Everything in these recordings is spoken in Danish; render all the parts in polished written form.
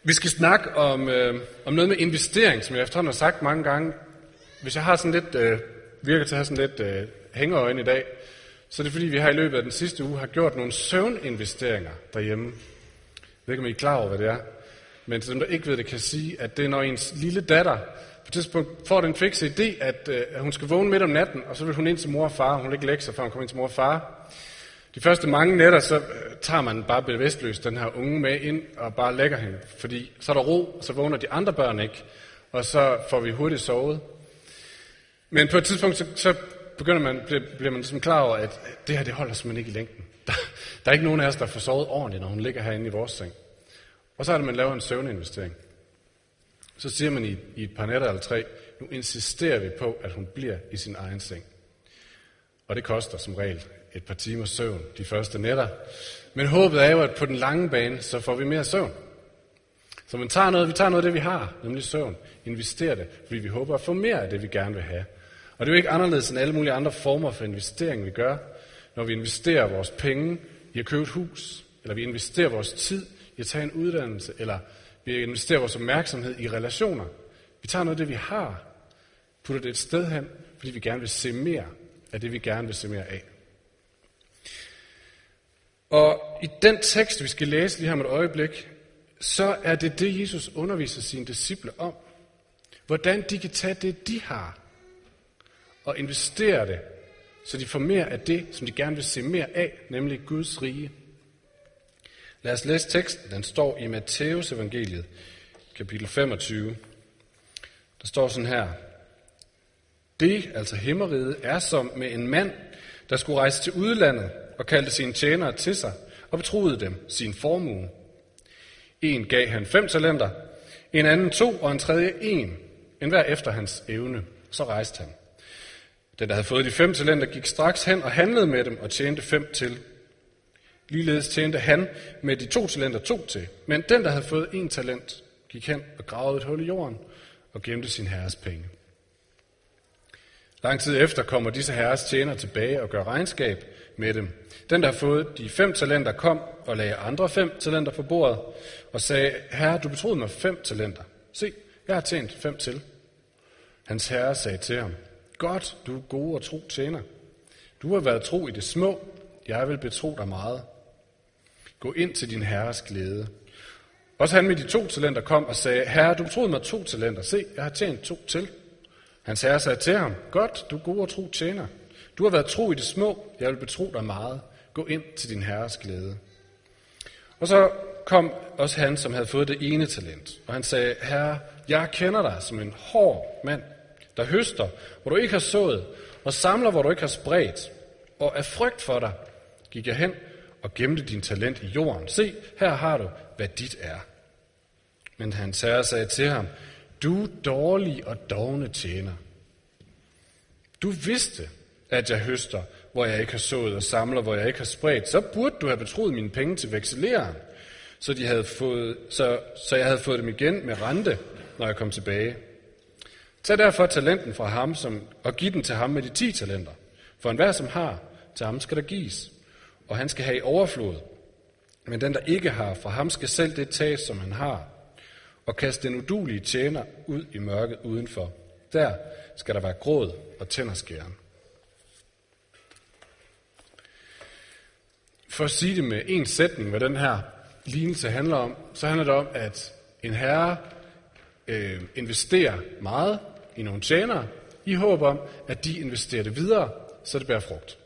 Vi skal snakke om noget med investering, som jeg efterhånden har sagt mange gange. Hvis jeg har sådan lidt, virker til at have sådan lidt hængeøjne i dag, så er det fordi, vi her i løbet af den sidste uge har gjort nogle søvninvesteringer derhjemme. Jeg ved ikke, om I er klar over, hvad det er. Men til dem, der ikke ved det, kan sige, at det er, når ens lille datter på et tidspunkt får den fikse idé, at hun skal vågne midt om natten, og så vil hun ind til mor og far. Hun vil ikke lægge sig, før hun kommer ind til mor og far. De første mange nætter, så tager man bare bevidstløst den her unge med ind og bare lægger hende, fordi så er der ro, og så vågner de andre børn ikke, og så får vi hurtigt sovet. Men på et tidspunkt, så bliver man ligesom klar over, at det her, det holder simpelthen ikke i længden. Der er ikke nogen af os, der får sovet ordentligt, når hun ligger herinde i vores seng. Og så er det, man laver en søvninvestering. Så siger man i et par nætter eller 3, nu insisterer vi på, at hun bliver i sin egen seng. Og det koster som regel et par timers søvn de første nætter. Men håbet er jo, at på den lange bane, så får vi mere søvn. Så vi tager noget af det, vi har, nemlig søvn, investerer det, fordi vi håber at få mere af det, vi gerne vil have. Og det er jo ikke anderledes end alle mulige andre former for investering, vi gør, når vi investerer vores penge i at købe et hus, eller vi investerer vores tid i at tage en uddannelse, eller vi investerer vores opmærksomhed i relationer. Vi tager noget af det, vi har, putter det et sted hen, fordi vi gerne vil se mere af det, vi gerne vil se mere af. Og i den tekst, vi skal læse lige her med et øjeblik, så er det, Jesus underviser sine disciple om. Hvordan de kan tage det, de har, og investere det, så de får mere af det, som de gerne vil se mere af, nemlig Guds rige. Lad os læse teksten. Den står i Matteus evangeliet, kapitel 25. Der står sådan her. Det, altså himmeriget, er som med en mand, der skulle rejse til udlandet og kaldte sine tjenere til sig og betroede dem sin formue. En gav han 5 talenter, en anden 2 og en tredje 1, enhver efter hans evne. Så rejste han. Den, der havde fået de 5 talenter, gik straks hen og handlede med dem og tjente 5 til. Ligeledes tjente han med de 2 talenter 2 til. Men den, der havde fået 1 talent, gik hen og gravede et hul i jorden og gemte sin herres penge. Lang tid efter kommer disse herres tjenere tilbage og gør regnskab med dem. Den, der har fået de 5 talenter, kom og lagde andre 5 talenter på bordet og sagde, herre, du betroede mig 5 talenter. Se, jeg har tjent 5 til. Hans herre sagde til ham, godt, du er god og tro tjener. Du har været tro i det små, jeg vil betro dig meget. Gå ind til din herres glæde. Også han med de 2 talenter kom og sagde, herre, du betroede mig 2 talenter. Se, jeg har tjent 2 til. Hans herre sagde til ham, godt, du er god og tro tjener. Du har været tro i det små, jeg vil betro dig meget. Gå ind til din herres glæde. Og så kom også han, som havde fået det ene talent. Og han sagde, herre, jeg kender dig som en hård mand, der høster, hvor du ikke har sået, og samler, hvor du ikke har spredt. Og af frygt for dig gik jeg hen og gemte din talent i jorden. Se, her har du, hvad dit er. Men hans herre sagde til ham, du dårlig og dovne tjener. Du vidste, at jeg høster, hvor jeg ikke har sået, og samler, hvor jeg ikke har spredt. Så burde du have betroet mine penge til vekselereren, så jeg havde fået dem igen med rente, når jeg kom tilbage. Tag derfor talenten fra ham og giv den til ham med de 10 talenter. For enhver, som har, til ham skal der gives, og han skal have i overflod. Men den, der ikke har, fra ham skal selv det tages, som han har, og kaste den uduelige tjener ud i mørket udenfor. Der skal der være gråd og tænderskæren. For at sige det med en sætning, hvad den her lignelse handler om, så handler det om, at en herre investerer meget i nogle tjenere, i håb om, at de investerer det videre, så det bærer frugt.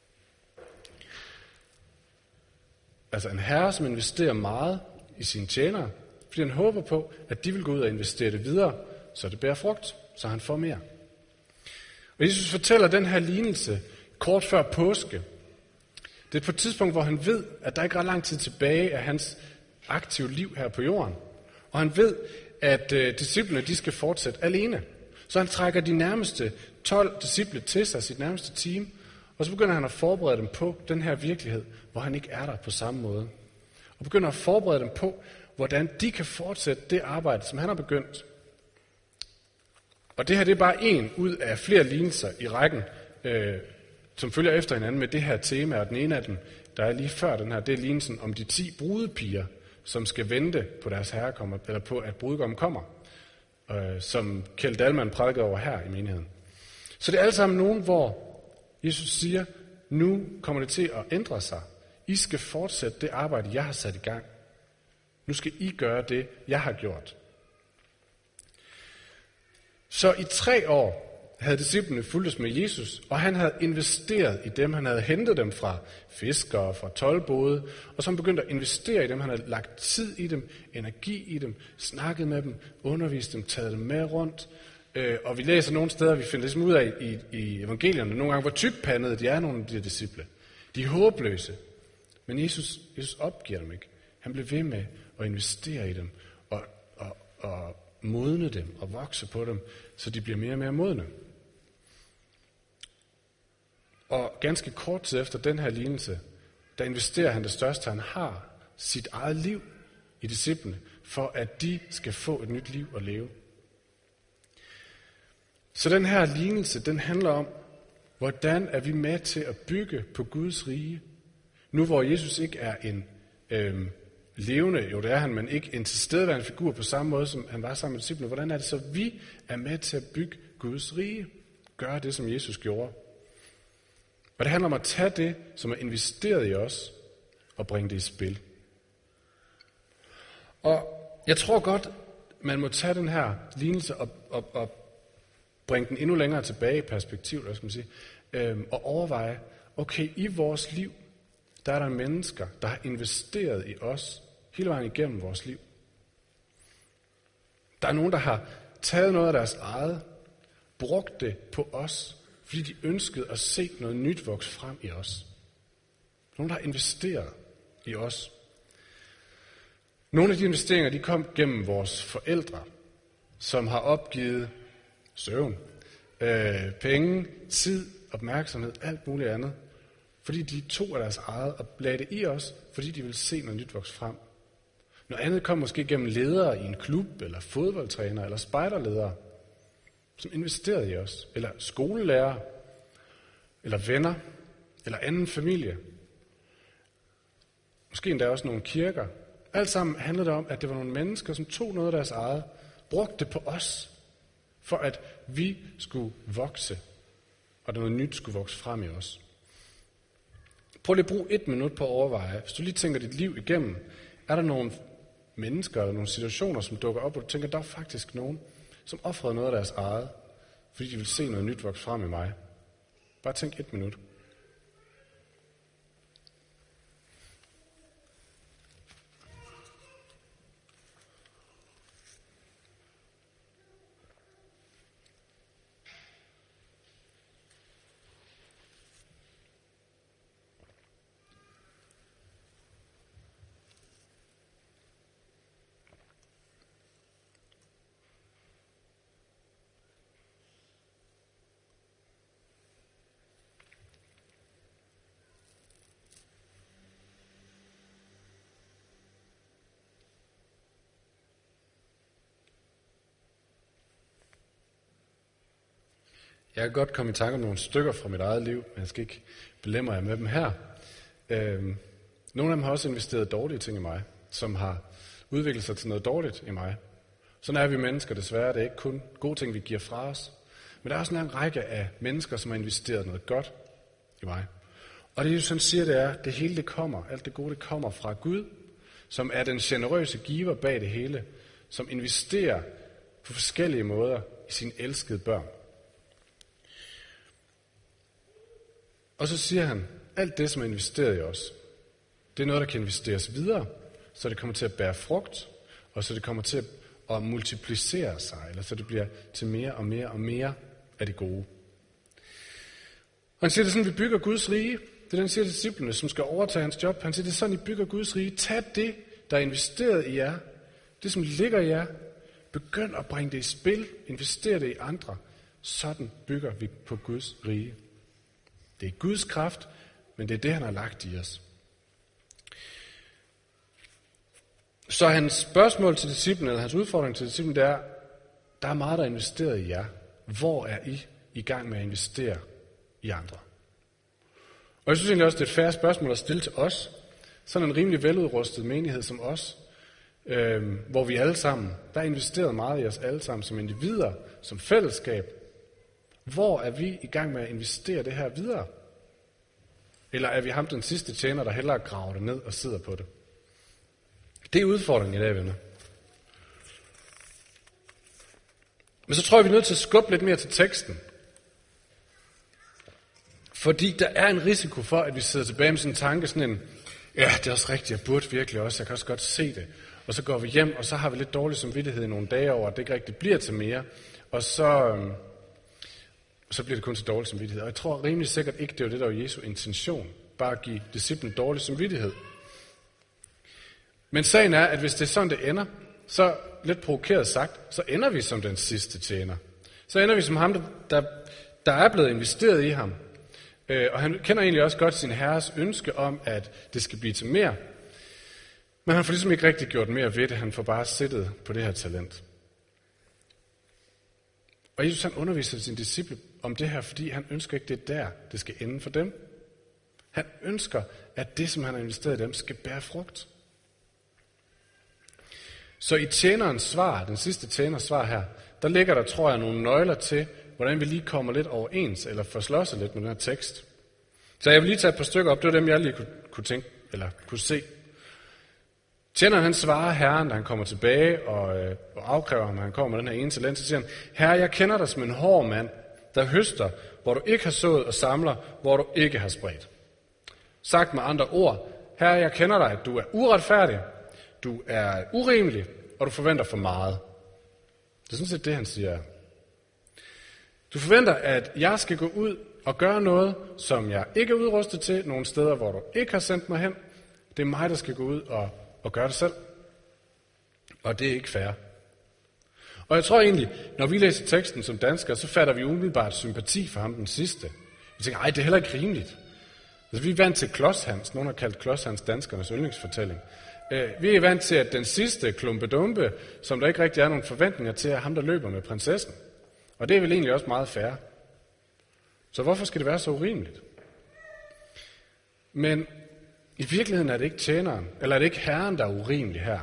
Altså en herre, som investerer meget i sine tjenere, fordi han håber på, at de vil gå ud og investere det videre, så det bærer frugt, så han får mere. Og Jesus fortæller den her lignelse kort før påske. Det er på et tidspunkt, hvor han ved, at der ikke er ret lang tid tilbage af hans aktive liv her på jorden. Og han ved, at disciplene de skal fortsætte alene. Så han trækker de nærmeste 12 disciple til sig, sit nærmeste team, og så begynder han at forberede dem på den her virkelighed, hvor han ikke er der på samme måde. Og begynder at forberede dem på, hvordan de kan fortsætte det arbejde, som han har begyndt. Og det her det er bare en ud af flere lignelser i rækken, som følger efter hinanden med det her tema, og den ene af dem, der er lige før den her, det er lignelsen om de 10 brudepiger, som skal vente på deres herre kommer, eller på at brudgommen kommer, som Kjeld Dahlmann prædikede over her i menigheden. Så det er alle sammen nogen, hvor Jesus siger, nu kommer det til at ændre sig. I skal fortsætte det arbejde, jeg har sat i gang. Nu skal I gøre det, jeg har gjort. Så i 3 år havde disciplene fulgtes med Jesus, og han havde investeret i dem. Han havde hentet dem fra fiskere, fra toldbode, og så begyndte at investere i dem. Han havde lagt tid i dem, energi i dem, snakket med dem, undervist dem, taget dem med rundt. Og vi læser nogle steder, vi finder ligesom ud af i evangelierne, nogle gange, hvor tykpandede de er, nogle af de her disciple. De er håbløse. Men Jesus opgiver dem ikke. Han blev ved med at investere i dem, og modne dem, og vokse på dem, så de bliver mere og mere modne. Og ganske kort tid efter den her lignelse, der investerer han det største, han har, sit eget liv i disciplene, for at de skal få et nyt liv at leve. Så den her lignelse, den handler om, hvordan er vi med til at bygge på Guds rige. Nu hvor Jesus ikke er en levende, jo det er han, men ikke en tilstedeværende figur på samme måde, som han var sammen med disciplene. Hvordan er det så, vi er med til at bygge Guds rige? Gøre det, som Jesus gjorde. Og det handler om at tage det, som er investeret i os, og bringe det i spil. Og jeg tror godt, man må tage den her lignelse og bringe den endnu længere tilbage i perspektiv, hvad skal man sige, og overveje, okay, i vores liv, der er der mennesker, der har investeret i os hele vejen igennem vores liv. Der er nogen, der har taget noget af deres eget, brugt det på os, fordi de ønskede at se noget nyt vokse frem i os. Nogen, der har investeret i os. Nogle af de investeringer, de kom gennem vores forældre, som har opgivet søvn, penge, tid, opmærksomhed, alt muligt andet. Fordi de tog af deres eget og lagde det i os, fordi de ville se noget nyt vokse frem. Noget andet kom måske gennem ledere i en klub, eller fodboldtræner, eller spejderledere, som investerede i os, eller skolelærer, eller venner, eller anden familie. Måske endda også nogle kirker. Alt sammen handlede det om, at det var nogle mennesker, som tog noget af deres eget, brugte det på os, for at vi skulle vokse, og noget nyt skulle vokse frem i os. Prøv lige at bruge 1 minut på at overveje. Hvis du lige tænker dit liv igennem, er der nogle mennesker eller nogle situationer, som dukker op, og du tænker, der er faktisk nogen, som offrede noget af deres eget, fordi de vil se noget nyt vokse frem i mig. Bare tænk 1 minut. Jeg kan godt komme i tanke om nogle stykker fra mit eget liv, men jeg skal ikke belemre jer med dem her. Nogle af dem har også investeret dårlige ting i mig, som har udviklet sig til noget dårligt i mig. Sådan er vi mennesker desværre. Det er ikke kun gode ting, vi giver fra os. Men der er også en række af mennesker, som har investeret noget godt i mig. Og det, Jesus siger, det er, det hele det kommer, alt det gode, det kommer fra Gud, som er den generøse giver bag det hele, som investerer på forskellige måder i sine elskede børn. Og så siger han, alt det, som er investeret i os, det er noget, der kan investeres videre, så det kommer til at bære frugt, og så det kommer til at multiplicere sig, eller så det bliver til mere og mere og mere af det gode. Og han siger, det er sådan, vi bygger Guds rige. Det er den, siger disciplene, som skal overtage hans job. Han siger, det er sådan, I bygger Guds rige. Tag det, der er investeret i jer, det, som ligger i jer. Begynd at bringe det i spil. Invester det i andre. Sådan bygger vi på Guds rige. Det er Guds kraft, men det er det, han har lagt i os. Så hans spørgsmål til disciplen, eller hans udfordring til disciplen, det er, der er meget, der er investeret i jer. Hvor er I gang med at investere i andre? Og jeg synes egentlig også, det er et fair spørgsmål at stille til os. Sådan en rimelig veludrustet menighed som os, hvor vi alle sammen, der er investeret meget i os alle sammen som individer, som fællesskab. Hvor er vi i gang med at investere det her videre? Eller er vi ham den sidste tjener, der hellere graver det ned og sidder på det? Det er udfordringen i dag, venner. Men så tror jeg, vi er nødt til at skubbe lidt mere til teksten. Fordi der er en risiko for, at vi sidder tilbage med sådan en tanke, sådan en, ja, det er også rigtigt, jeg burde virkelig også, jeg kan også godt se det. Og så går vi hjem, og så har vi lidt dårlig samvittighed i nogle dage over, at det ikke rigtig bliver til mere. Og så bliver det kun til dårlig samvittighed. Og jeg tror rimelig sikkert ikke, det var det, der var Jesu intention. Bare at give disciplen dårlig samvittighed. Men sagen er, at hvis det er sådan, det ender, så lidt provokeret sagt, så ender vi som den sidste tjener. Så ender vi som ham, der er blevet investeret i ham. Og han kender egentlig også godt sin herres ønske om, at det skal blive til mere. Men han får ligesom ikke rigtig gjort mere ved det. Han får bare siddet på det her talent. Og Jesus han underviser sin disciple om det her, fordi han ønsker ikke, det er der, det skal ende for dem. Han ønsker, at det, som han har investeret i dem, skal bære frugt. Så i tjenerens svar, den sidste tjeners svar her, der ligger der, tror jeg, nogle nøgler til, hvordan vi lige kommer lidt overens, eller får slåsset lidt med den her tekst. Så jeg vil lige tage et par stykker op, det var dem, jeg lige kunne tænke, eller kunne se. Tjeneren han svarer herren, da han kommer tilbage og afkræver ham, når han kommer med den her ene talent, så siger han, herre, jeg kender dig som en hård mand, der høster, hvor du ikke har sået og samler, hvor du ikke har spredt. Sagt med andre ord, herre, jeg kender dig, at du er uretfærdig, du er urimelig, og du forventer for meget. Det er sådan set det, han siger. Du forventer, at jeg skal gå ud og gøre noget, som jeg ikke er udrustet til, nogle steder, hvor du ikke har sendt mig hen. Det er mig, der skal gå ud og gøre det selv. Og det er ikke fair. Og jeg tror egentlig, når vi læser teksten som danskere, så fatter vi umiddelbart sympati for ham den sidste. Vi tænker, ej, det er heller ikke rimeligt. Altså, vi er vant til Klodshans. Nogen har kaldt Klodshans danskernes yndlingsfortælling. Vi er vant til, at den sidste klumpedumpe, som der ikke rigtig er nogen forventninger til, er ham, der løber med prinsessen. Og det er vel egentlig også meget fair. Så hvorfor skal det være så urimeligt? Men i virkeligheden er det ikke tjeneren, eller er det ikke herren, der er urimelig her.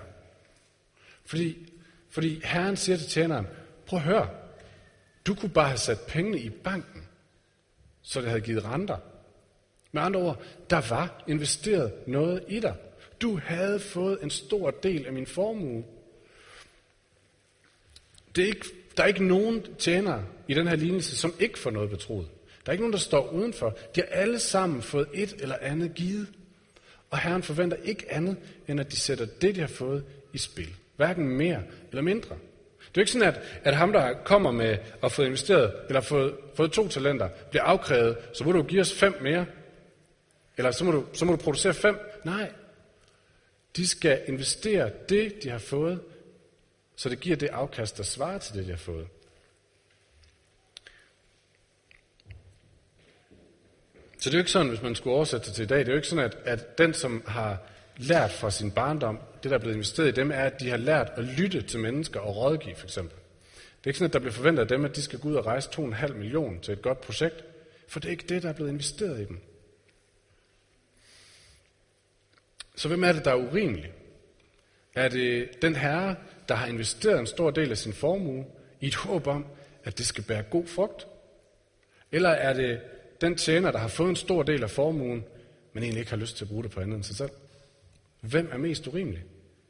Fordi herren siger til tjeneren, prøv at høre, du kunne bare have sat pengene i banken, så det havde givet renter. Med andre ord, der var investeret noget i dig. Du havde fået en stor del af min formue. Der er ikke nogen tjenere i den her lignelse, som ikke får noget betroet. Der er ikke nogen, der står udenfor. De har alle sammen fået et eller andet givet. Og Herren forventer ikke andet, end at de sætter det, de har fået, i spil. Hverken mere eller mindre. Det er jo ikke sådan, at ham, der kommer med og fået investeret, eller fået 2 talenter, bliver afkrævet, så må du give os 5 mere. Eller så må du producere 5. Nej. De skal investere det, de har fået, så det giver det afkast, der svarer til det, de har fået. Så det er jo ikke sådan, hvis man skulle oversætte det til i dag, det er jo ikke sådan, at den, som har lært fra sin barndom, det, der er blevet investeret i dem, er, at de har lært at lytte til mennesker og rådgive, for eksempel. Det er ikke sådan, at der bliver forventet af dem, at de skal gå ud og rejse 2,5 millioner til et godt projekt, for det er ikke det, der er blevet investeret i dem. Så hvem er det, der er urimelig? Er det den herre, der har investeret en stor del af sin formue i et håb om, at det skal bære god frugt? Eller er det den tjener, der har fået en stor del af formuen, men egentlig ikke har lyst til at bruge det på andet end sig selv? Hvem er mest urimelig?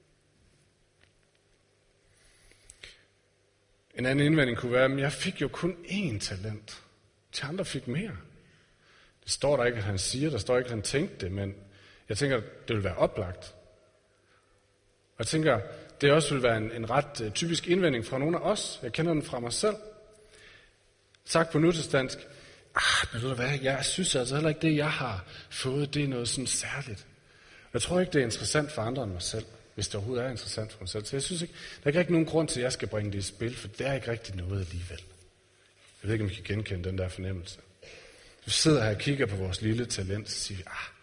En anden indvending kunne være, at jeg fik jo kun 1 talent. De andre fik mere. Det står der ikke, at han siger, der står ikke, at han tænkte det, men jeg tænker, det vil være oplagt. Og jeg tænker, det også vil være en ret typisk indvending fra nogle af os. Jeg kender den fra mig selv. Sagt på nutidsdansk, men ved du hvad, jeg synes altså heller ikke, det jeg har fået, det er noget sådan særligt. Jeg tror ikke, det er interessant for andre end mig selv, hvis det overhovedet er interessant for mig selv. Så jeg synes ikke, der er ikke rigtig nogen grund til, at jeg skal bringe det i spil, for det er ikke rigtig noget alligevel. Jeg ved ikke, om I kan genkende den der fornemmelse. Du sidder her og kigger på vores lille talent, og siger,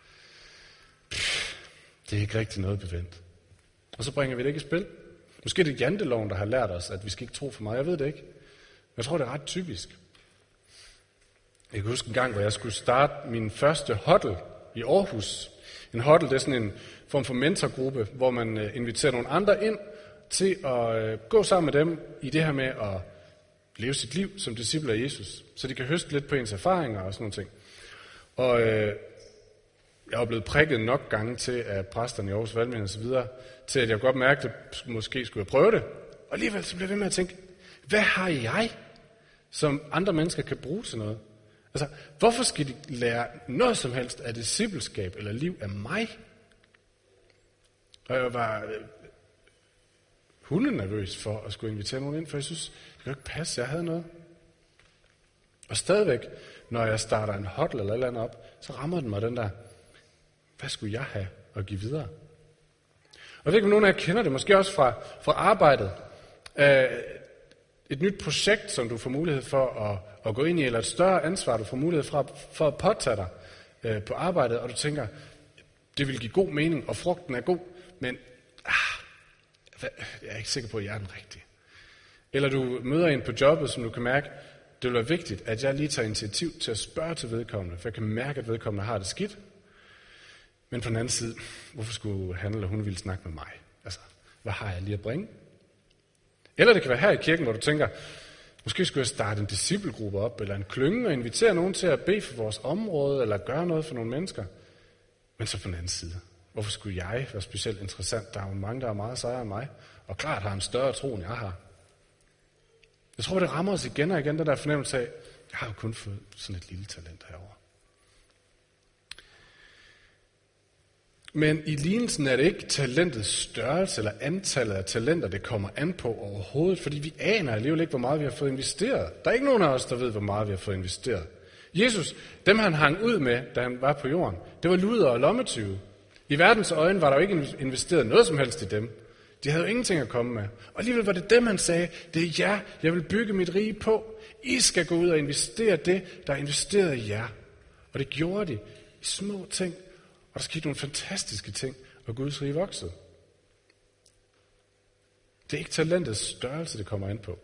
det er ikke rigtig noget bevendt. Og så bringer vi det ikke i spil. Måske er det janteloven, der har lært os, at vi skal ikke tro for meget. Jeg ved det ikke. Men jeg tror, det er ret typisk. Jeg kan huske en gang, hvor jeg skulle starte min første huddle i Aarhus. En huddle, det er sådan en form for mentorgruppe, hvor man inviterer nogle andre ind til at gå sammen med dem i det her med at leve sit liv som disciple af Jesus, så de kan høste lidt på ens erfaringer og sådan nogle ting. Og jeg er blevet prikket nok gange til af præsterne i Aarhus Valgmenighed og så videre, til at jeg godt mærkte, at måske skulle jeg prøve det. Og alligevel så blev jeg ved med at tænke, hvad har jeg, som andre mennesker kan bruge til noget? Altså, hvorfor skal de lære noget som helst af discipleskab eller liv af mig? Og jeg var hundenervøs for at skulle invitere nogen ind, for jeg synes, det kan ikke passe, jeg havde noget. Og stadigvæk, når jeg starter en huddle eller et eller andet op, så rammer den mig den der, hvad skulle jeg have at give videre? Og jeg ved ikke, om nogen af jer kender det, måske også fra arbejdet. Et nyt projekt, som du får mulighed for at gå ind i, eller et større ansvar, du får mulighed for at påtage dig på arbejdet, og du tænker, det vil give god mening, og frugten er god, men jeg er ikke sikker på, at jeg er den rigtige. Eller du møder en på jobbet, som du kan mærke, det vil være vigtigt, at jeg lige tager initiativ til at spørge til vedkommende, for jeg kan mærke, at vedkommende har det skidt. Men på den anden side, hvorfor skulle han eller hun ville snakke med mig? Altså, hvad har jeg lige at bringe? Eller det kan være her i kirken, hvor du tænker, måske skulle jeg starte en disciplegruppe op, eller en klynge, og invitere nogen til at bede for vores område, eller gøre noget for nogle mennesker. Men så på den anden side, hvorfor skulle jeg være specielt interessant? Der er jo mange, der er meget sejere end mig, og klart har en større tro, end jeg har. Jeg tror, det rammer os igen og igen, den der fornemmelse af, jeg har jo kun fået sådan et lille talent herovre. Men i lignelsen er det ikke talentets størrelse eller antallet af talenter, det kommer an på overhovedet, fordi vi aner alligevel ikke, hvor meget vi har fået investeret. Der er ikke nogen af os, der ved, hvor meget vi har fået investeret. Jesus, dem han hang ud med, da han var på jorden, det var luder og lommetyve. I verdens øjne var der jo ikke investeret noget som helst i dem. De havde jo ingenting at komme med. Og alligevel var det dem, han sagde, det er jer, jeg vil bygge mit rige på. I skal gå ud og investere det, der er investeret i jer. Og det gjorde de i små ting. Og der skete nogle fantastiske ting, og Guds rige voksede. Det er ikke talentets størrelse, det kommer an på.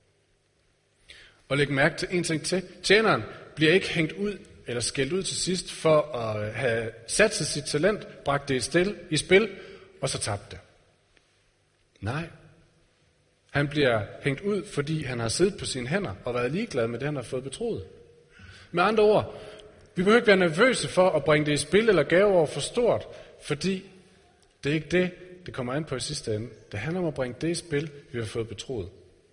Og læg mærke til en ting til. Tjeneren bliver ikke hængt ud eller skældt ud til sidst for at have sat sig sit talent, bragt det i spil, og så tabt det. Nej. Han bliver hængt ud, fordi han har siddet på sine hænder og været ligeglad med det, han har fået betroet. Med andre ord, vi behøver ikke være nervøse for at bringe det i spil eller gave over for stort, fordi det er ikke det kommer an på i sidste ende. Det handler om at bringe det i spil, vi har fået betroet.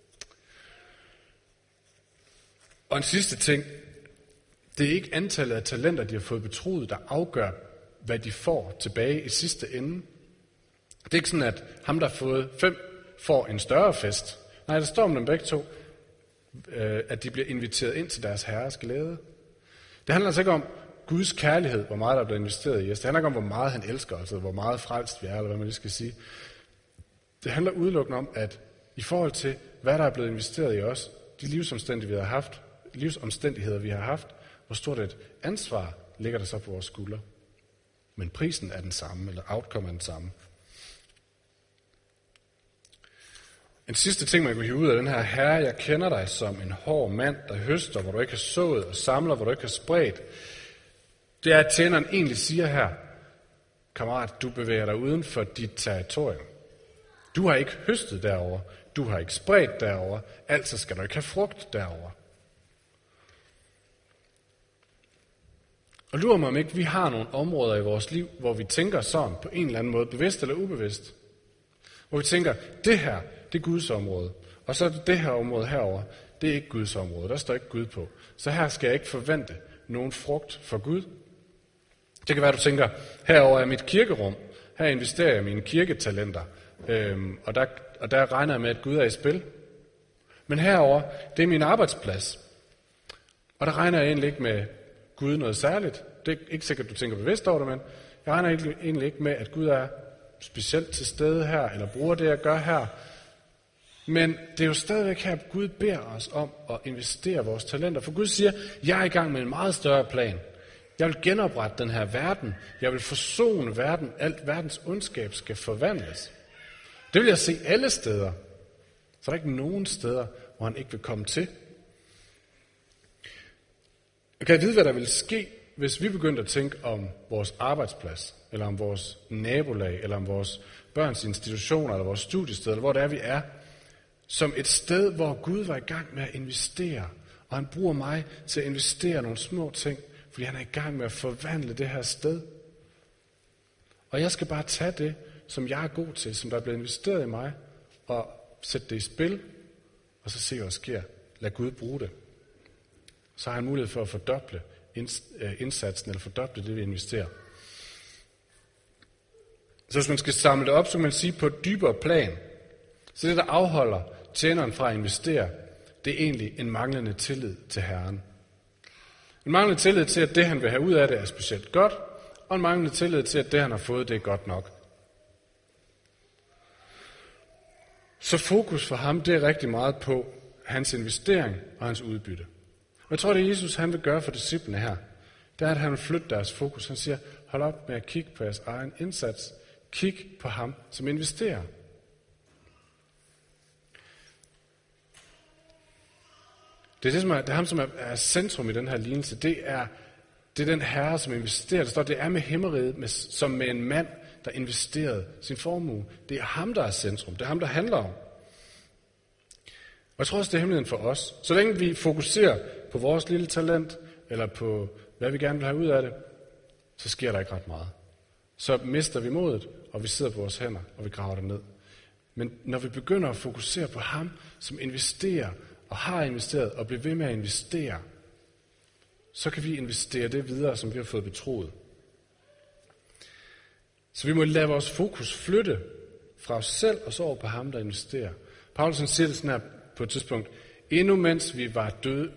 Og en sidste ting, det er ikke antallet af talenter, de har fået betroet, der afgør, hvad de får tilbage i sidste ende. Det er ikke sådan, at ham, der har fået 5, får en større fest. Nej, der står om dem begge to, at de bliver inviteret ind til deres herres glæde. Det handler altså ikke om Guds kærlighed, hvor meget der er blevet investeret i os. Det handler ikke om, hvor meget han elsker os, eller hvor meget frelst vi er, eller hvad man lige skal sige. Det handler udelukkende om, at i forhold til, hvad der er blevet investeret i os, de livsomstændigheder, vi har haft, hvor stort et ansvar ligger der så på vores skuldre. Men prisen er den samme, eller outcome er den samme. En sidste ting, man kan hive ud af den her, Herre, jeg kender dig som en hård mand, der høster, hvor du ikke har sået, og samler, hvor du ikke har spredt. Det er, at tjeneren egentlig siger her, kammerat, du bevæger dig uden for dit territorium. Du har ikke høstet derover, du har ikke spredt derover, altså skal du ikke have frugt derover. Og lurer mig om ikke, vi har nogle områder i vores liv, hvor vi tænker sådan på en eller anden måde, bevidst eller ubevidst. Hvor vi tænker, det her, det er Guds område. Og så det her område herover, det er ikke Guds område. Der står ikke Gud på. Så her skal jeg ikke forvente nogen frugt for Gud. Det kan være, du tænker, herover er mit kirkerum. Her investerer jeg mine kirketalenter. Og der regner jeg med, at Gud er i spil. Men herover, det er min arbejdsplads. Og der regner jeg egentlig ikke med Gud noget særligt. Det er ikke sikkert, du tænker bevidst over det, men jeg regner egentlig ikke med, at Gud er specielt til stede her, eller bruger det, jeg gør her. Men det er jo stadigvæk her, at Gud beder os om at investere vores talenter. For Gud siger, jeg er i gang med en meget større plan. Jeg vil genoprette den her verden. Jeg vil forsone verden. Alt verdens ondskab skal forvandles. Det vil jeg se alle steder. Så er der ikke nogen steder, hvor han ikke vil komme til. Jeg kan vide, hvad der vil ske, hvis vi begyndte at tænke om vores arbejdsplads, eller om vores nabolag, eller om vores børns institutioner, eller vores studiested, eller hvor det er, vi er, som et sted, hvor Gud var i gang med at investere, og han bruger mig til at investere nogle små ting, fordi han er i gang med at forvandle det her sted. Og jeg skal bare tage det, som jeg er god til, som der er blevet investeret i mig, og sætte det i spil, og så se, hvad der sker. Lad Gud bruge det. Så har han mulighed for at fordoble indsatsen, eller fordoble det, vi investerer. Så hvis man skal samle det op, så kan man sige på et dybere plan. Så det, der afholder tjeneren fra at investere, det er egentlig en manglende tillid til Herren. En manglende tillid til, at det, han vil have ud af det, er specielt godt, og en manglende tillid til, at det, han har fået, det er godt nok. Så fokus for ham, det er rigtig meget på hans investering og hans udbytte. Og jeg tror, det Jesus han vil gøre for disciplene her, det er, at han vil flytte deres fokus. Han siger, hold op med at kigge på jeres egen indsats. Kig på ham, som investerer. Det er ham, som er centrum i den her lignelse. Det er den herre, som investerer. Der står, det er med himmeriget, som med en mand, der investerede sin formue. Det er ham, der er centrum. Det er ham, der handler om. Og jeg tror også, det er hemmeligheden for os. Så længe vi fokuserer på vores lille talent, eller på, hvad vi gerne vil have ud af det, så sker der ikke ret meget. Så mister vi modet, og vi sidder på vores hænder, og vi graver det ned. Men når vi begynder at fokusere på ham, som investerer, og har investeret, og bliver ved med at investere, så kan vi investere det videre, som vi har fået betroet. Så vi må lade vores fokus flytte fra os selv, og så over på ham, der investerer. Paulus siger det sådan her på et tidspunkt, endnu mens vi var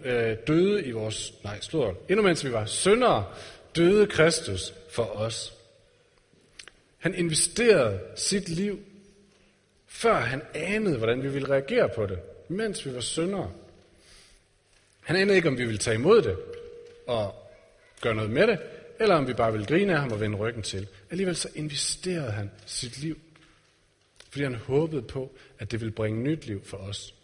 syndere, døde Kristus for os. Han investerede sit liv, før han anede, hvordan vi ville reagere på det, mens vi var syndere. Han anede ikke, om vi ville tage imod det og gøre noget med det, eller om vi bare ville grine af ham og vende ryggen til. Alligevel så investerede han sit liv, fordi han håbede på, at det ville bringe nyt liv for os.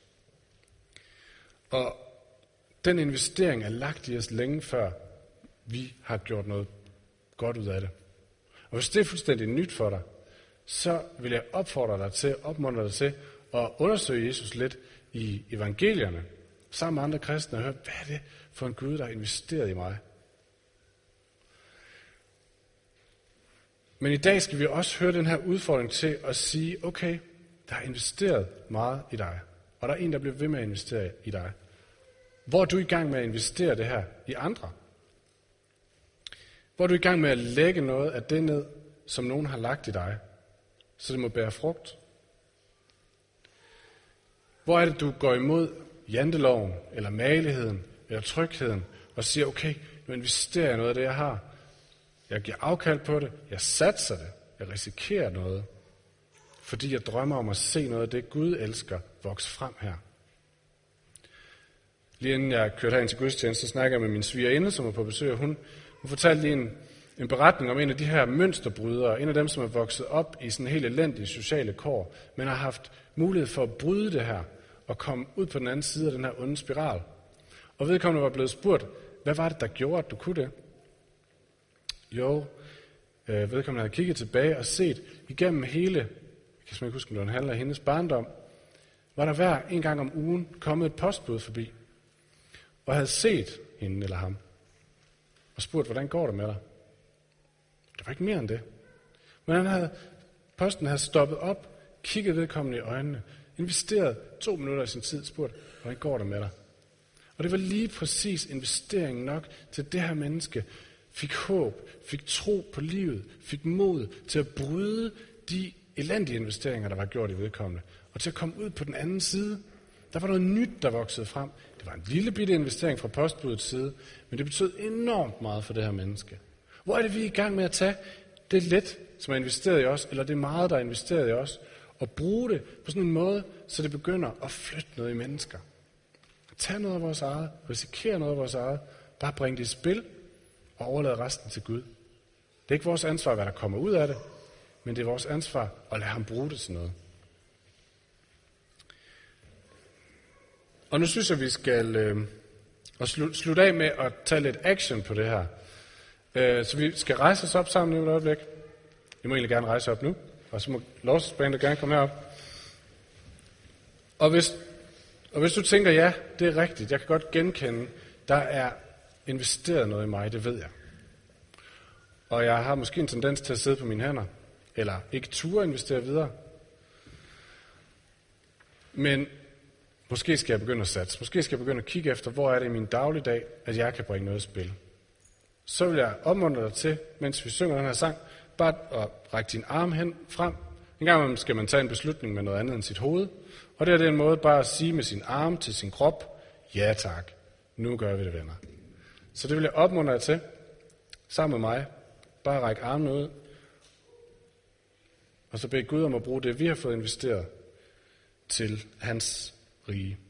Og den investering er lagt i os længe før vi har gjort noget godt ud af det. Og hvis det er fuldstændig nyt for dig, så vil jeg opmuntre dig til at undersøge Jesus lidt i evangelierne, sammen med andre kristne, og høre, hvad er det for en Gud, der har investeret i mig? Men i dag skal vi også høre den her udfordring til at sige, okay, der er investeret meget i dig, og der er en, der bliver ved med at investere i dig. Hvor er du i gang med at investere det her i andre? Hvor er du i gang med at lægge noget af det ned, som nogen har lagt i dig, så det må bære frugt? Hvor er det, du går imod janteloven, eller mageligheden, eller trygheden, og siger, okay, nu investerer jeg noget af det, jeg har. Jeg giver afkald på det, jeg satser det, jeg risikerer noget, fordi jeg drømmer om at se noget af det, Gud elsker, vokse frem her. Lige inden jeg kørte herind til gudstjeneste, så snakker jeg med min svigerinde, som er på besøg, og hun fortalte lige en beretning om en af de her mønsterbrydere, en af dem, som er vokset op i sådan helt elendige sociale kår, men har haft mulighed for at bryde det her, og komme ud på den anden side af den her onde spiral. Og vedkommende var blevet spurgt, hvad var det, der gjorde, at du kunne det? Jo, vedkommende havde kigget tilbage og set igennem hele, jeg kan simpelthen ikke huske, om det var en halv af hendes barndom, var der hver en gang om ugen kommet et postbud forbi, og havde set hende eller ham, og spurgt, hvordan går det med dig? Det var ikke mere end det. Men posten havde stoppet op, kigget vedkommende i øjnene, investeret 2 minutter af sin tid, spurgt, hvordan går det med dig? Og det var lige præcis investeringen nok til det her menneske, fik håb, fik tro på livet, fik mod til at bryde de elendige investeringer, der var gjort i vedkommende, og til at komme ud på den anden side. Der var noget nyt, der voksede frem. Det var en lille bitte investering fra postbudets side, men det betød enormt meget for det her menneske. Hvor er det, vi er i gang med at tage det let, som er investeret i os, eller det meget, der er investeret i os, og bruge det på sådan en måde, så det begynder at flytte noget i mennesker. Tag noget af vores eget, risikere noget af vores eget, bare bringe det i spil, og overlade resten til Gud. Det er ikke vores ansvar, hvad der kommer ud af det, men det er vores ansvar at lade ham bruge det til noget. Og nu synes jeg, vi skal slutte af med at tage lidt action på det her. Så vi skal rejse os op sammen i et øjeblik. I må egentlig gerne rejse op nu, og så må lovsangsbandet gerne komme herop. Og hvis du tænker, ja, det er rigtigt, jeg kan godt genkende, der er investeret noget i mig, det ved jeg. Og jeg har måske en tendens til at sidde på mine hænder, eller ikke turde investere videre. Men måske skal jeg begynde at satse. Måske skal jeg begynde at kigge efter, hvor er det i min dagligdag, at jeg kan bringe noget i spil. Så vil jeg opmuntre dig til, mens vi synger den her sang, bare at række din arm hen frem. En gang skal man tage en beslutning med noget andet end sit hoved. Og det er en måde bare at sige med sin arm til sin krop, ja tak, nu gør vi det, venner. Så det vil jeg opmuntre dig til, sammen med mig, bare række armene ud, og så bede Gud om at bruge det, vi har fået investeret, til hans rige.